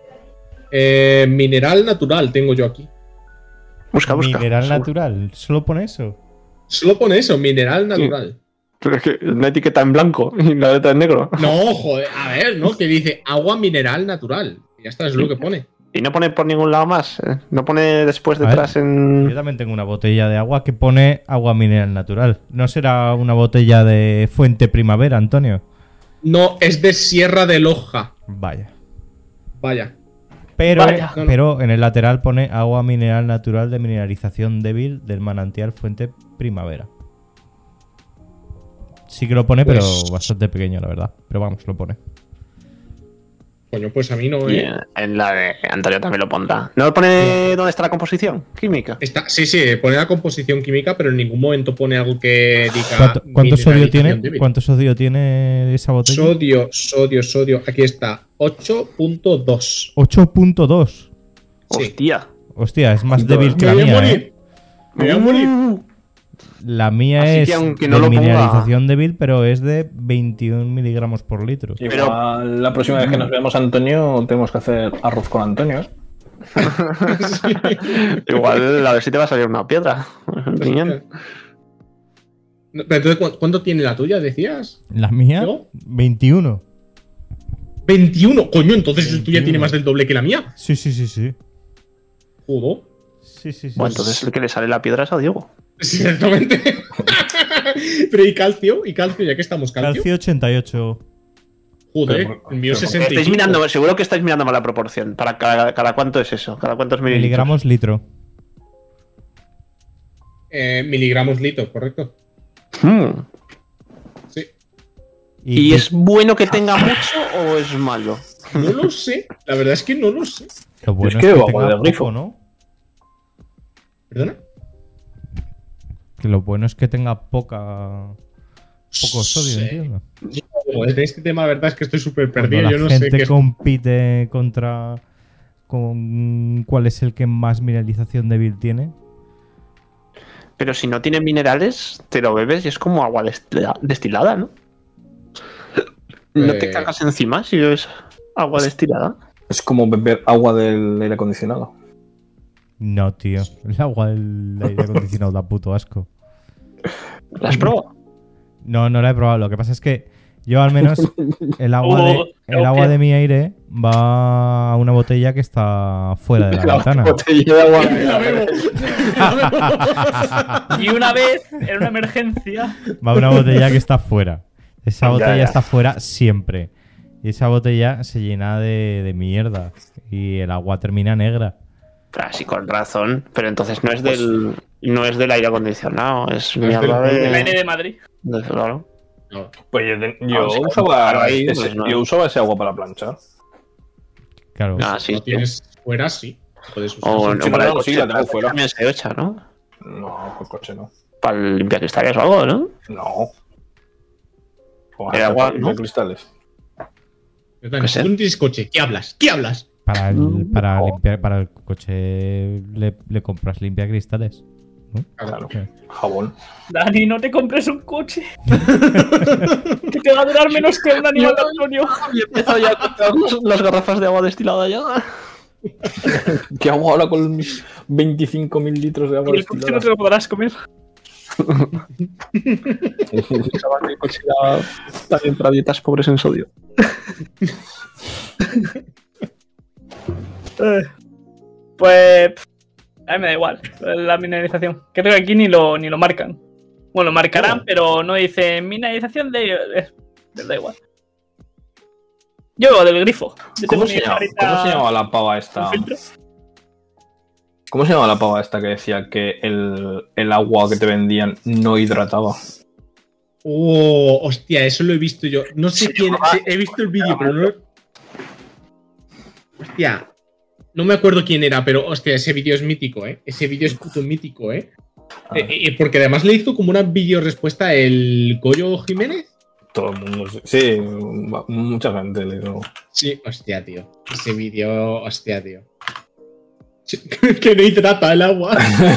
ver. Mineral natural tengo yo aquí. Busca. Mineral Seguro. natural. ¿Solo pone eso? Solo pone eso, mineral natural. Pero es que una etiqueta en blanco y la letra en negro. No, joder, a ver, ¿no? Que dice agua mineral natural. Y ya está, es lo que pone. Y no pone por ningún lado más. No pone después A detrás Yo en. también tengo una botella de agua que pone agua mineral natural. ¿No será una botella de Fuente Primavera, Antonio? No, es de Sierra de Loja. Vaya. Vaya. Pero, Vaya. pero en el lateral pone agua mineral natural de mineralización débil del manantial Fuente Primavera. Sí que lo pone, pero Pues- bastante pequeño, la verdad. Pero vamos, lo pone. Coño, pues a mí no, Y en la de Antonio también lo pondrá. ¿No lo pone dónde está la composición química? Sí, pone la composición química, pero en ningún momento pone algo que diga. ¿Cuánto sodio mineralización tiene? débil. ¿Cuánto sodio tiene esa botella? Sodio. Aquí está, 8.2. 8.2. Sí. Hostia. Hostia, es más ¿Cuánto? débil que Me la voy a mía, morir. ¿eh? Me voy a morir. La mía Así es que aunque de no lo ponga- mineralización débil, pero es de 21 miligramos por litro. Igual la próxima vez que nos veamos a Antonio tenemos que hacer arroz con Antonio, ¿eh? Igual a ver si te va a salir una piedra. Riñón. No, pero entonces, ¿cuánto tiene la tuya, decías? La mía, ¿No? 21. 21. Coño, entonces la tuya 21. tiene más del doble que la mía. Sí, sí, sí, sí. Joder. Sí, sí, sí. Bueno, entonces el que le sale la piedra es a Diego. Sí, exactamente. Pero ¿y calcio? ¿Y calcio? Ya que estamos, calcio. Calcio 88. Joder, Pero- el mío pero- 65. Estáis mirando, seguro que estáis mirando mal la proporción. ¿Para cada cuánto es eso? ¿Cada cuántos mililitros? Miligramos litro. Miligramos litro, correcto. Hmm. Sí. ¿Y es bueno que tenga mucho o es malo? No lo sé. La verdad es que no lo sé. Lo bueno Es es que que, bebo tenga de poco, grifo. ¿no? ¿Perdona? Que lo bueno es que tenga poco sodio, Sí. entiendo. Joder, de este tema, la verdad es que estoy súper Cuando perdido. la Yo no sé gente qué es. compite con cuál es el que más mineralización débil tiene. Pero si no tiene minerales, te lo bebes y es como agua destilada, ¿no? ¿No te cagas encima si es agua destilada? Es como beber agua del aire acondicionado. No, tío. El agua del aire acondicionado da puto asco. ¿La has probado? No, no la he probado. Lo que pasa es que yo al menos el agua de mi aire va a una botella que está fuera de la ventana. Botella de agua. La bebo. La bebo. Y una vez, en una emergencia, Va a una botella que está fuera. Esa Ya, botella ya. está fuera siempre. Y esa botella se llena de mierda. Y el agua termina negra. Así con razón. Pero entonces no es del. No es del aire acondicionado, es No es mierda del- El de. aire de Madrid. Claro. No. Pues yo sí, usaba claro, ahí, ese, pues, no. yo usaba ese agua para planchar. Claro. Ah, Si sí. no tienes fuera, sí. Puedes usar. O sí, no, sí, para no, el no, coche, sí, la tengo para el coche fuera. también se echa, ¿no? No, por coche no. Para limpiar cristales o algo, ¿no? No. O El agua, de ¿no? cristales. Dani, sé. tú no tienes coche. ¿Qué hablas? ¿Qué hablas? Para No. limpiar, para el coche le compras limpiacristales. ¿No? Claro. Sí. Jabón. Dani, no te compres un coche. Que te va a durar menos que un animal de Antonio. Y he empezado ya a comprar las garrafas de agua destilada ya. ¿Qué hago ahora con mis 25.000 litros de agua Y el coche no te destilada? lo podrás comer. Pensaba que el coche ya también para dietas pobres en sodio. Pues. A mí me da igual. La mineralización. Creo que aquí ni lo marcan. Bueno, lo marcarán, No. pero no dice mineralización de. Les da igual. Yo veo del grifo. Yo tengo ¿Cómo mi se jarrita llamaba la pava esta? con filtro. ¿Cómo se llamaba la pava esta que decía que el agua que te vendían no hidrataba? Oh, hostia, eso lo he visto yo. No sé quién. He visto el vídeo, pero no. Hostia. No me acuerdo quién era, pero hostia, ese vídeo es mítico, ¿eh? Ese vídeo es puto mítico, ¿eh? Porque además le hizo como una video respuesta el Goyo Jiménez. Todo el mundo. Sí, mucha gente le digo. Sí, hostia, tío. Ese vídeo, hostia, tío. Sí, que no hidrata el agua.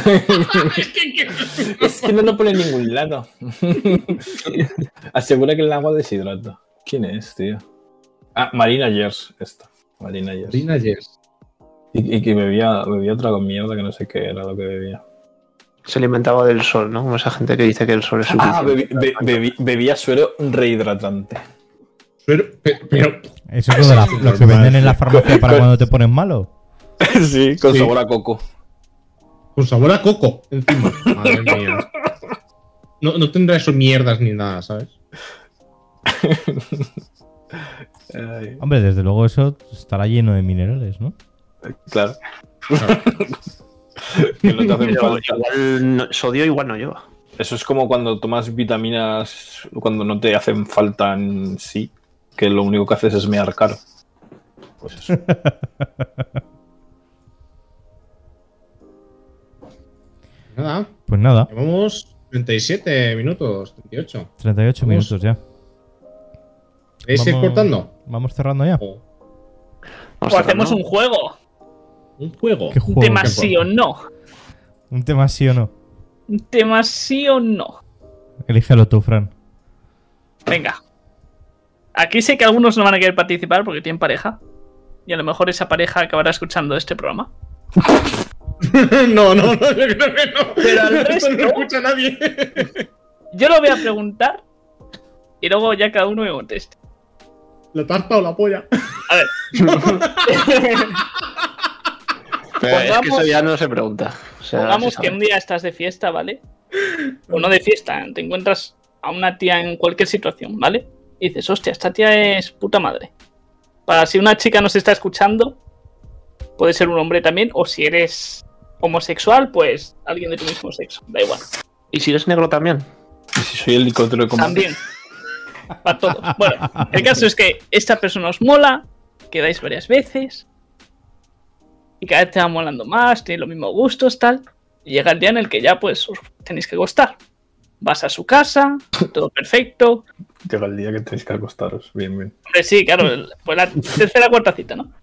Es que no lo pone en ningún lado. Asegura que el agua deshidrata. ¿Quién es, tío? Ah, Marina Yers, esta. Marina Yers. Marina Yers. Y que bebía otra con mierda que no sé qué era lo que bebía. Se alimentaba del sol, ¿no? Como esa gente que dice que el sol es suficiente. Ah, bebía suero rehidratante. Pero Eso es lo que venden en la farmacia para cuando te pones malo. Sí, con Sí. sabor a coco. con sabor a coco, encima. Madre mía. No tendrá eso mierdas ni nada, ¿sabes? Ay, Hombre, desde luego eso estará lleno de minerales, ¿no? claro. Que no te hacen Pero falta. igual sodio igual no lleva. Eso es como cuando tomas vitaminas cuando no te hacen falta en sí, que lo único que haces es mear caro. Pues eso. Nada, Pues nada, llevamos 37 minutos, 38. 38 Vamos. minutos ya. ¿Queréis ir cortando? Vamos cerrando ya. O O hacemos un juego. un juego. ¿Qué Un juego? tema ¿Qué sí o no. ¿Un tema sí o no? Un tema sí o no. Elígelo tú, Fran. Venga. Aquí sé que algunos no van a querer participar porque tienen pareja. Y a lo mejor esa pareja acabará escuchando este programa. No, yo creo que no. Pero al Esto resto- no lo escucha nadie. Yo lo voy a preguntar. Y luego ya cada uno me conteste. ¿La tarta o la polla? A ver. Pero es que Pongamos- eso ya no se pregunta. O sea, Pongamos se que sabe. un día estás de fiesta, ¿vale? O no de fiesta, te encuentras a una tía en cualquier situación, ¿vale? Y dices, hostia, esta tía es puta madre. Para si una chica nos está escuchando, puede ser un hombre también, o si eres homosexual, pues alguien de tu mismo sexo, da igual. ¿Y si eres negro también? Y si soy el helicóptero de combate. También. Para todos. Bueno, el caso es que esta persona os mola, quedáis varias veces, y cada vez te va molando más, tiene los mismos gustos, tal. Y llega el día en el que ya, pues, os tenéis que acostar. Vas a su casa, todo perfecto. Llega el día que tenéis que acostaros. Bien, bien. Hombre, sí, claro, pues la tercera cuarta cita, ¿no?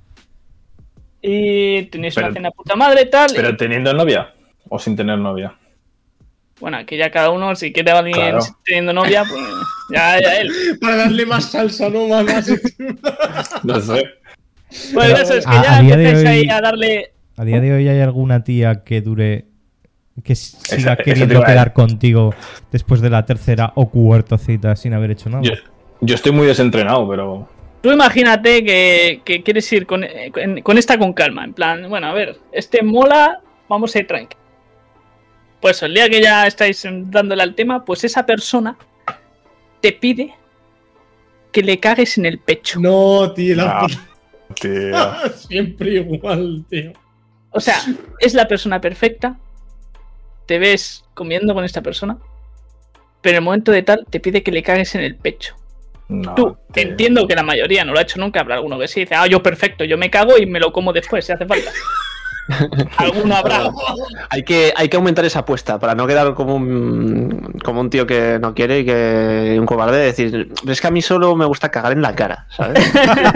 Y tenéis Pero- una cena puta madre, tal. ¿Pero teniendo novia o sin tener novia? Bueno, aquí ya cada uno, si quiere a alguien Claro. teniendo novia, pues ya él. Para darle más salsa, ¿no? Más. No sé. Pues el caso es que a ya día de empezáis hoy- ahí a darle. ¿A día de hoy hay alguna tía que dure... que siga esa te queriendo iba a quedar contigo después de la tercera o cuarta cita sin haber hecho nada? Yo estoy muy desentrenado, pero. Tú imagínate que quieres ir con esta con calma, en plan, bueno, a ver, este mola, vamos a ir tranqui. Pues el día que ya estáis dándole al tema, pues esa persona te pide que le cagues en el pecho. No, tío, Ah, tío. Siempre igual, tío. O sea, es la persona perfecta, te ves comiendo con esta persona, pero en el momento de tal te pide que le cagues en el pecho. No, Tú, entiendo que la mayoría no lo ha hecho nunca, habrá alguno que sí, dice, yo perfecto, yo me cago y me lo como después, si hace falta. Alguno habrá. Hay que aumentar esa apuesta para no quedar como un tío que no quiere y que un cobarde. Decir, es que a mí solo me gusta cagar en la cara, ¿sabes?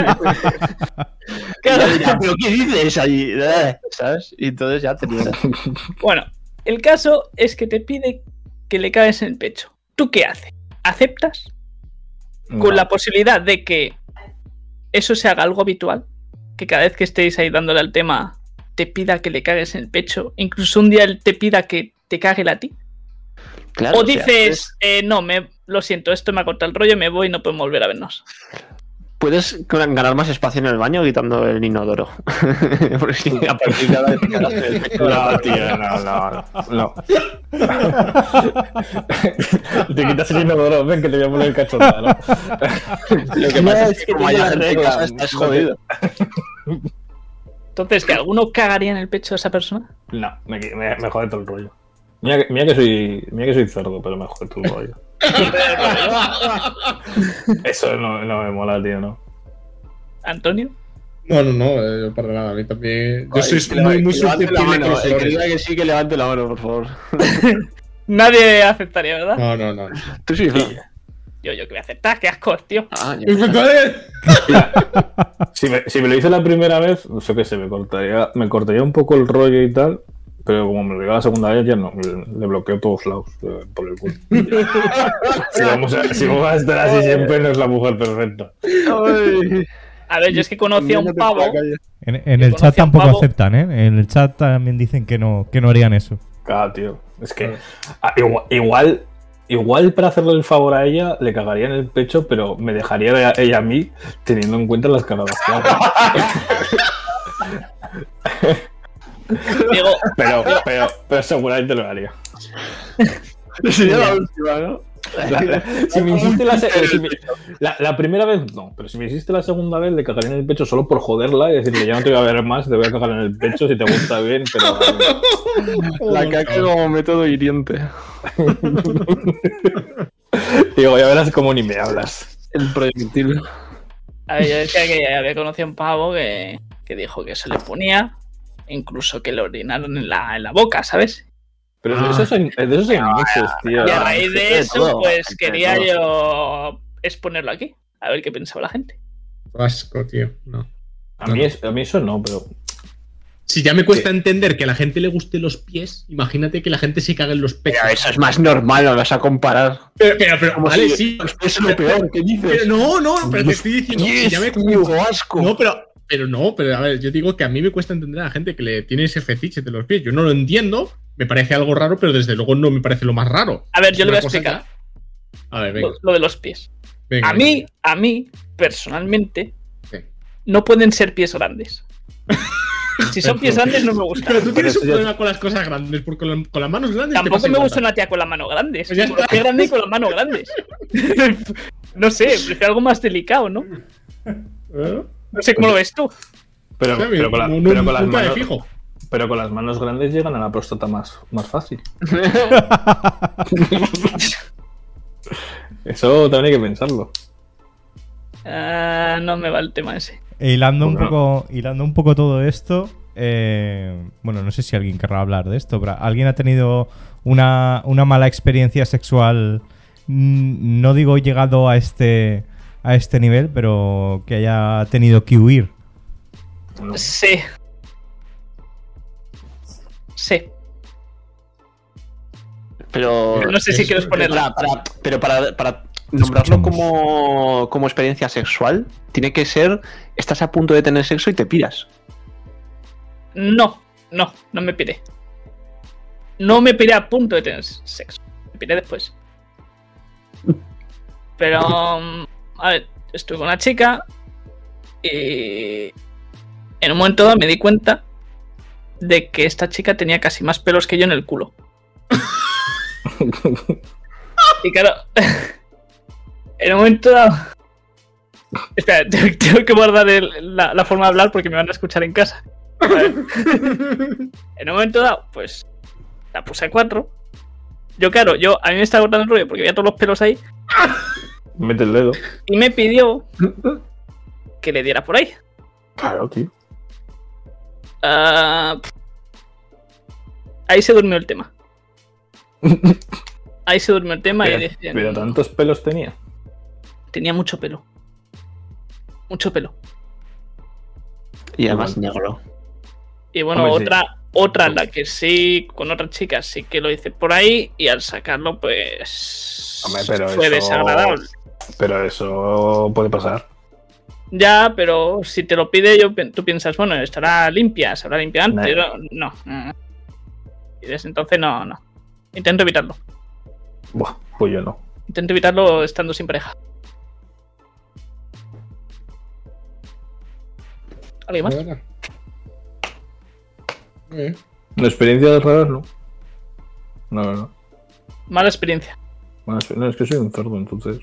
Claro. ¿Pero qué dices ahí? ¿Sabes? Y entonces ya te niegas. Bueno, el caso es que te pide que le cagues en el pecho. ¿Tú qué haces? ¿Aceptas? Con la posibilidad de que eso se haga algo habitual, que cada vez que estéis ahí dándole al tema te pida que le cagues en el pecho, incluso un día él te pida que te cague a ti. Claro, O dices, no, lo siento, esto me ha cortado el rollo, me voy y no podemos volver a vernos. puedes ganar más espacio en el baño quitando el inodoro. Porque a partir de ahora te cagas en el pecho. No, tío, no. Te quitas el inodoro, ven que te voy a poner el cachondado, ¿no? Lo que pasa es que como haya gente en casa estás jodido. Entonces, ¿que alguno cagaría en el pecho de esa persona? No, me jode todo el rollo. Mira que soy cerdo, pero me jode todo el rollo. Eso no me mola, tío, ¿no? ¿Antonio? No, para nada, a mí también. Yo soy muy susceptible con los El que olores. diga que sí, que levante la mano, por favor. Nadie aceptaría, ¿verdad? No. Tú sí, Fran. Yo que voy a aceptar, qué asco, tío. Ah, ya. Mira, si me lo hice la primera vez, no sé qué sé, me cortaría un poco el rollo y tal, pero como me lo diga la segunda vez, ya no, le bloqueo todos lados por el culo. si vamos a estar así siempre, no es la mujer perfecta. A ver, yo es que conocí a un pavo. En el chat tampoco aceptan, ¿eh? En el chat también dicen que no harían eso. Claro, tío. Es que igual para hacerle el favor a ella, le cagaría en el pecho, pero me dejaría ella a mí, teniendo en cuenta las cagadas que hago. Digo, pero seguramente lo haría. Sería la última, ¿no? Si me hiciste la primera vez, no, pero si me hiciste la segunda vez, le cagaría en el pecho solo por joderla y decirle, ya no te voy a ver más, te voy a cagar en el pecho si te gusta bien, pero... La caca como método hiriente. Digo, ya verás cómo ni me hablas. El proyectil. a ver, yo decía que había conocido a un pavo que dijo que se le ponía, incluso que le orinaron en la boca, ¿sabes? Pero de esos hay meses, tío. Y a raíz de eso, todo, pues quería todo. yo exponerlo aquí, a ver qué pensaba la gente. Asco, tío. No. A mí eso no, pero... Si ya me cuesta entender que a la gente le guste los pies, imagínate que la gente se caga en los pechos. Pero eso es más normal, no vas a comparar. Pero Como vale, si- sí. Es lo peor, ¿qué dices? Pero no, pero te estoy diciendo que ya me Tío, asco. No, pero a ver, yo digo que a mí me cuesta entender a la gente que le tiene ese fetiche de los pies. Yo no lo entiendo, me parece algo raro, pero desde luego no me parece lo más raro. A ver, yo le voy a Una cosa explicar A ver, venga. lo de los pies. venga, A mí, personalmente, Sí. no pueden ser pies grandes. Si son pies grandes, no me gustan. Pero tú tienes eso un ya- problema con las cosas grandes, porque con las manos grandes. te Tampoco pasa me igual. gusta una tía con las manos grandes. Pues ya Con los está. pies grandes y con las manos grandes. No sé, prefiero algo más delicado, ¿no? ¿Eh? No sé cómo lo ves tú. Pero Hostia, con las nunca me manos... fijo. Pero con las manos grandes llegan a la próstata más fácil. Eso también hay que pensarlo. No me va el tema ese. Hilando Bueno. un poco todo esto, bueno, no sé si alguien querrá hablar de esto, pero ¿alguien ha tenido una mala experiencia sexual? No digo llegado a este nivel, pero que haya tenido que huir. No. Sí. Pero No sé si quieres ponerla. para nombrarlo como experiencia sexual, tiene que ser, estás a punto de tener sexo y te piras. No me piré. No me piré a punto de tener sexo. Me piré después. Pero, a ver, estuve con una chica y en un momento dado me di cuenta de que esta chica tenía casi más pelos que yo en el culo. Y claro, en un momento dado... Espera, tengo que guardar la forma de hablar porque me van a escuchar en casa. A ver. En un momento dado, pues La puse a 4. Yo, claro, a mí me estaba cortando el rollo porque había todos los pelos ahí. Mete el dedo. Y me pidió que le diera por ahí. Claro, tío. Ahí se durmió el tema. Ahí se durmió el tema y dije... Pero tantos pelos tenía. Tenía mucho pelo. Mucho pelo. Y además negro. Y bueno, Hombre, otra en la que sí, con otra chica sí que lo hice por ahí y al sacarlo pues Hombre, pero fue eso... desagradable. Pero eso puede pasar. Ya, pero si te lo pide tú piensas, bueno, estará limpia, se habrá limpiado antes. No. Y desde entonces no. Intento evitarlo. Buah, pues yo no. Intento evitarlo estando sin pareja. ¿Alguien más? ¿Verdad? Experiencias raras, no. No. Mala experiencia. Bueno, no, es que soy un cerdo, entonces.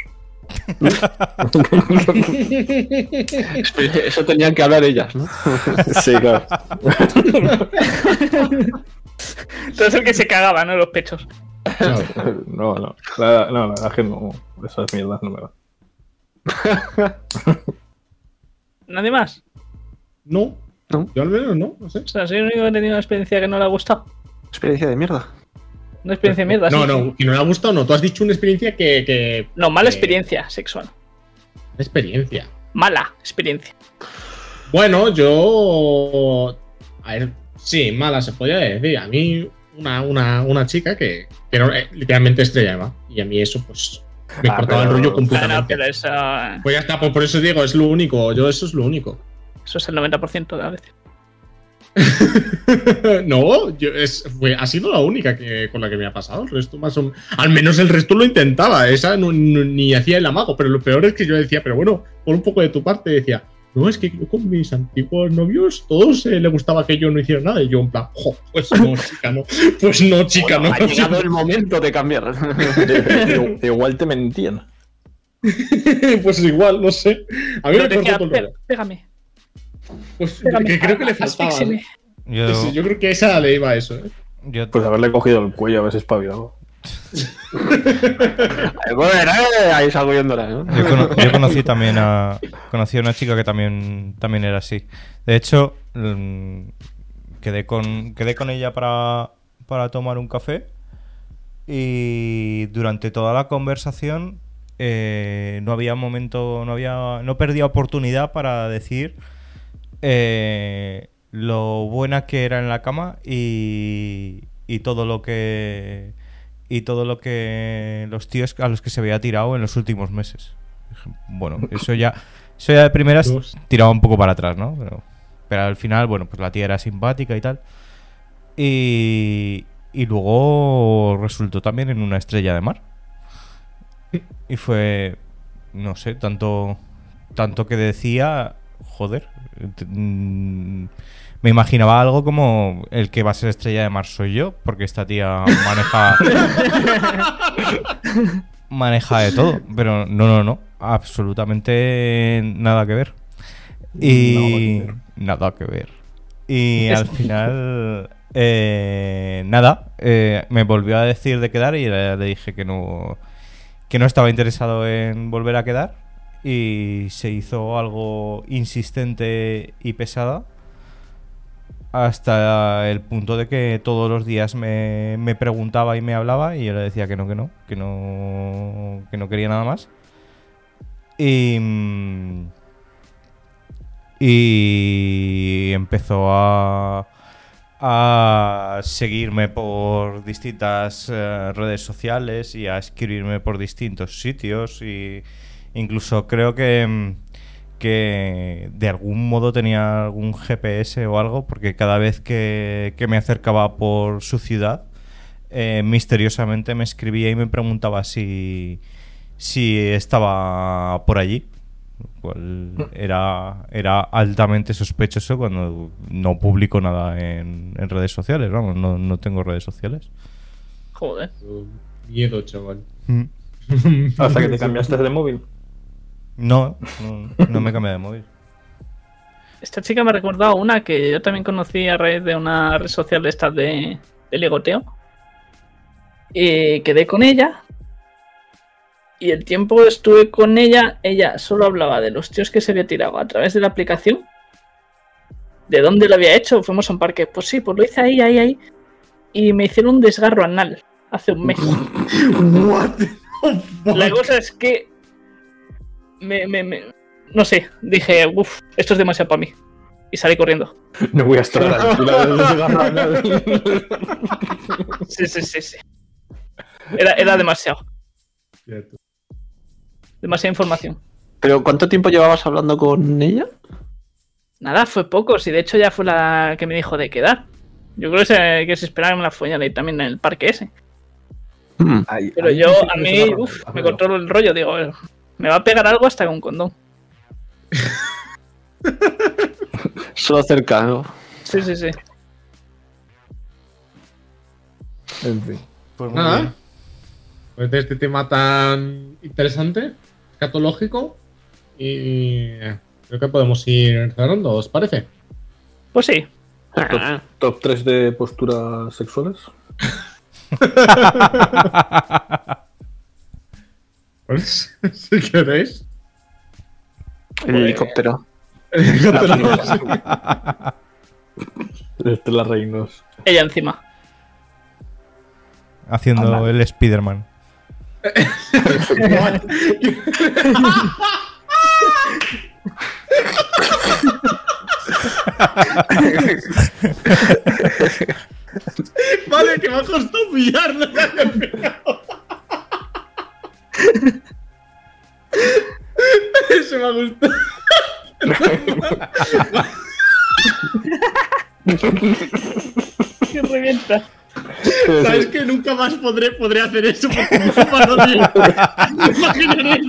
Eso tenían que hablar ellas, ¿no? Sí, claro. Tú eres el que se cagaba, ¿no? En los pechos. No. La verdad es que no. Esas mierdas no me van. ¿Nadie más? No. Yo al menos no sé. O sea, soy el único que ha tenido una experiencia que no le ha gustado. Experiencia de mierda. Una experiencia de mierda. No, sí. que no le ha gustado, no. Tú has dicho una experiencia que No, mala experiencia sexual. experiencia. Mala experiencia. Bueno, yo... A ver, sí, mala se podría decir. A mí, una chica que no, literalmente estrella va. Y a mí eso, pues, me cortaba el rollo completamente. Pero eso Pues ya está, pues por eso digo, es lo único. Eso es lo único. es el 90% de las veces. No, ha sido la única con la que me ha pasado. El resto más o al menos el resto lo intentaba. Esa ni hacía el amago. Pero lo peor es que yo decía, pero bueno, por un poco de tu parte decía, no, es que yo con mis antiguos novios todos le gustaba que yo no hiciera nada. Y yo en plan, pues no, chica, no. Pues no, chica, Bueno, no. ha llegado el momento de cambiar. Igual te mentían. Pues igual, no sé. A mí Yo me decía, cortó todo el rollo. pégame. Pues Pégame, que creo que le faltaba. asfíxiame. Yo creo que esa le iba a eso, ¿eh? Pues haberle cogido el cuello a ver si espabilado. Bueno, ahí salgo yendo ahora, ¿no? Yo conocí también conocí a una chica que también era así. De hecho, quedé con ella para tomar un café y durante toda la conversación no había momento, no perdía oportunidad para decir lo buena que era en la cama y todo lo que los tíos a los que se había tirado en los últimos meses. Bueno, eso ya de primeras tiraba un poco para atrás, ¿no? Pero al final, bueno, pues la tía era simpática y tal. Y luego resultó también en una estrella de mar. Y fue, no sé, tanto que decía, joder, me imaginaba algo como el que va a ser estrella de mar soy yo, porque esta tía maneja de todo, pero no, absolutamente nada que ver. Y nada que ver. Y al final me volvió a decir de quedar y le dije que no estaba interesado en volver a quedar y se hizo algo insistente y pesada hasta el punto de que todos los días me preguntaba y me hablaba y yo le decía que no quería nada más y empezó a seguirme por distintas redes sociales y a escribirme por distintos sitios y incluso creo que de algún modo tenía algún GPS o algo porque cada vez que me acercaba por su ciudad misteriosamente me escribía y me preguntaba si estaba por allí. Cual era altamente sospechoso cuando no publico nada en redes sociales, vamos, no tengo redes sociales. Joder. Miedo, chaval. ¿Hasta que te cambiaste de móvil? No me cambié de móvil. Esta chica me ha recordado una que yo también conocí a raíz de una red social de estas de ligoteo. quedé con ella. Y el tiempo que estuve con ella, ella solo hablaba de los tíos que se había tirado a través de la aplicación. ¿De dónde lo había hecho? Fuimos a un parque. Pues sí, pues lo hice ahí. Y me hicieron un desgarro anal hace un mes. What the fuck? La cosa es que no sé, dije, uff, esto es demasiado para mí. Y salí corriendo. No voy a estar tranquila. Sí. Era demasiado. Demasiada información. ¿Pero cuánto tiempo llevabas hablando con ella? Nada, fue poco. Si de hecho ya fue la que me dijo de quedar. Yo creo que se esperaba que me la follara y también en el parque ese. Pero yo, a mí, me controlo el rollo. Digo, me va a pegar algo hasta con un condón. Solo cercano. Sí. En fin. Pues muy Nada. bien. Pues de este tema tan interesante, escatológico, y creo que podemos ir cerrando, ¿os parece? Pues sí. Top 3 de posturas sexuales. Pues, si queréis. El helicóptero. Estela Reinos. Ella encima. Haciendo el Spider-Man. Vale, que me ha costado pillarlo. Eso me ha gustado. Que revienta. Sabes que nunca más podré hacer eso porque me he parodiado. Imaginaré.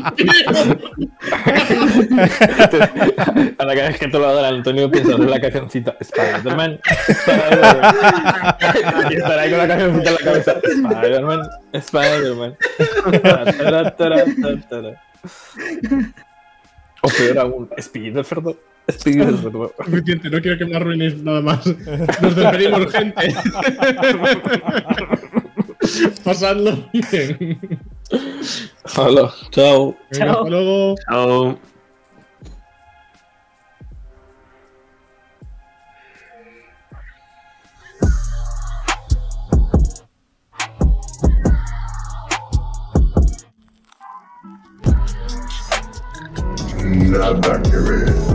Ahora cada vez que te lo haga Antonio piensas en la cancioncita Spider-Man. Y estará ahí con la cancioncita en la cabeza. Spider-Man. O peor aún, Spider-Man. Suficiente, no quiero que me arruines nada más. Nos despedimos, gente. Pasadlo bien. Hola, chao. Venga, Chao. hasta luego. Chao. Nada que ver.